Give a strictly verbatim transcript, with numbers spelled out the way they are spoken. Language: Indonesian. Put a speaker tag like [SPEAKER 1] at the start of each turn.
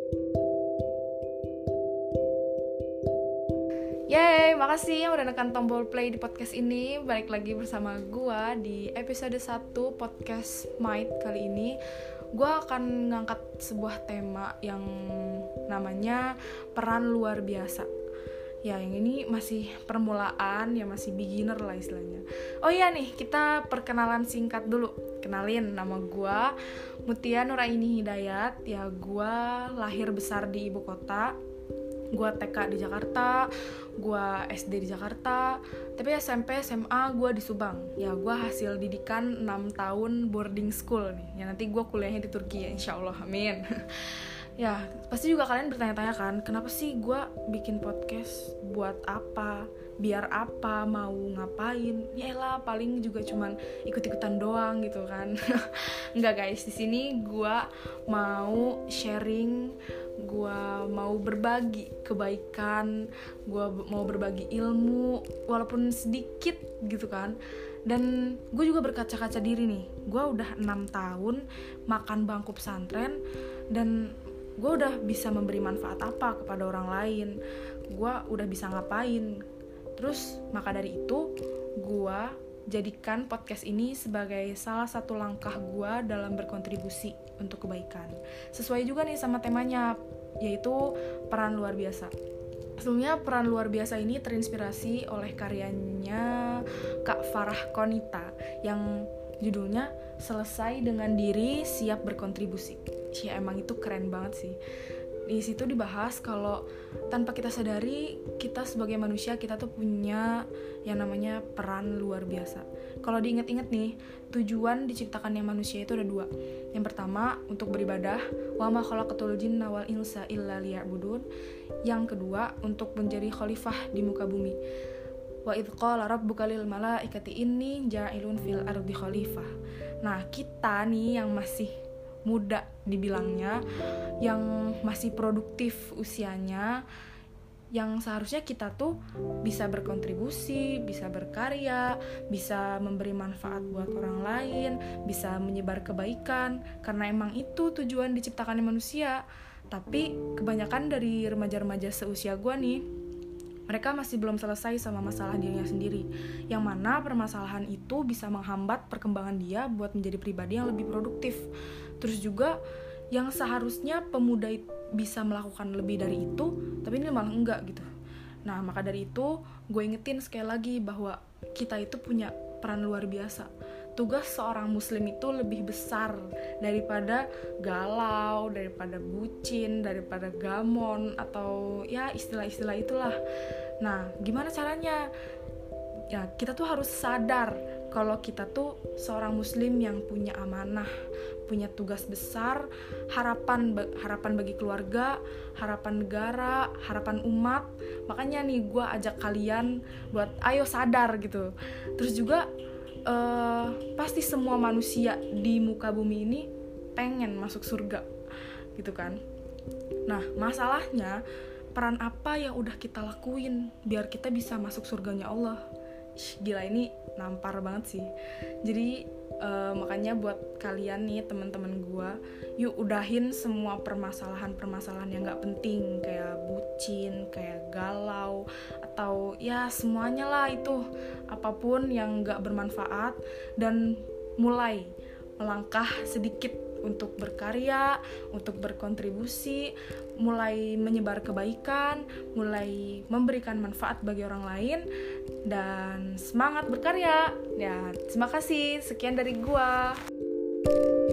[SPEAKER 1] Yeay, makasih yang udah nekan tombol play di podcast ini. Balik lagi bersama gua di episode satu podcast Might kali ini. Gua akan ngangkat sebuah tema yang namanya peran luar biasa. Ya, yang ini masih permulaan, ya masih beginner lah istilahnya. Oh iya nih, kita perkenalan singkat dulu. Kenalin, nama gua Mutia Nuraini Hidayat. Ya, gua lahir besar di ibu kota. Gue T K di Jakarta, gue S D di Jakarta, tapi S M P, S M A gue di Subang. Ya gue hasil didikan enam tahun boarding school nih. Ya nanti gue kuliahnya di Turki ya, insya Allah, amin. Ya pasti juga kalian bertanya-tanya kan, kenapa sih gue bikin podcast, buat apa, biar apa, mau ngapain? Yaelah paling juga cuman ikut-ikutan doang gitu kan. Enggak guys, di sini gue mau sharing, gue mau berbagi kebaikan, gue mau berbagi ilmu walaupun sedikit gitu kan. Dan gue juga berkaca-kaca diri nih, gue udah enam tahun makan bangku pesantren dan gue udah bisa memberi manfaat apa kepada orang lain, gue udah bisa ngapain. Terus maka dari itu gue jadikan podcast ini sebagai salah satu langkah gue dalam berkontribusi untuk kebaikan. Sesuai juga nih sama temanya, yaitu peran luar biasa. Sebelumnya peran luar biasa ini terinspirasi oleh karyanya Kak Farah Konita yang judulnya Selesai dengan Diri Siap Berkontribusi. Ya emang itu keren banget sih. Di situ dibahas kalau tanpa kita sadari, kita sebagai manusia kita tuh punya yang namanya peran luar biasa. Kalau diingat-ingat nih, tujuan diciptakannya manusia itu ada dua. Yang pertama untuk beribadah, wa ma khalaqatul jinna wal insa illa liya'budun. Yang kedua untuk menjadi khalifah di muka bumi. Wa idz qala rabbuka lil malaikati inni ja'ilun fil ardi khalifah. Nah, kita nih yang masih muda dibilangnya, yang masih produktif usianya, yang seharusnya kita tuh bisa berkontribusi, bisa berkarya, bisa memberi manfaat buat orang lain, bisa menyebar kebaikan, karena emang itu tujuan diciptakannya manusia. Tapi kebanyakan dari remaja-remaja seusia gue nih, mereka masih belum selesai sama masalah dirinya sendiri, yang mana permasalahan itu bisa menghambat perkembangan dia buat menjadi pribadi yang lebih produktif. Terus juga yang seharusnya pemuda bisa melakukan lebih dari itu, tapi ini malah enggak gitu. Nah maka dari itu gue ingetin sekali lagi bahwa kita itu punya peran luar biasa. Tugas seorang muslim itu lebih besar daripada galau, daripada bucin, daripada gamon, atau ya istilah-istilah itulah. Nah gimana caranya? Ya kita tuh harus sadar kalau kita tuh seorang muslim yang punya amanah, punya tugas besar, harapan harapan bagi keluarga, harapan negara, harapan umat. Makanya nih gue ajak kalian buat ayo sadar gitu. Terus juga uh, pasti semua manusia di muka bumi ini pengen masuk surga gitu kan. Nah masalahnya peran apa yang udah kita lakuin biar kita bisa masuk surganya Allah? Gila, ini nampar banget sih. Jadi uh, makanya buat kalian nih teman-teman gue, yuk udahin semua permasalahan-permasalahan yang gak penting, kayak bucin, kayak galau, atau ya semuanya lah itu, apapun yang gak bermanfaat, dan mulai melangkah sedikit untuk berkarya, untuk berkontribusi, mulai menyebar kebaikan, mulai memberikan manfaat bagi orang lain, dan semangat berkarya. Ya, terima kasih. Sekian dari gua.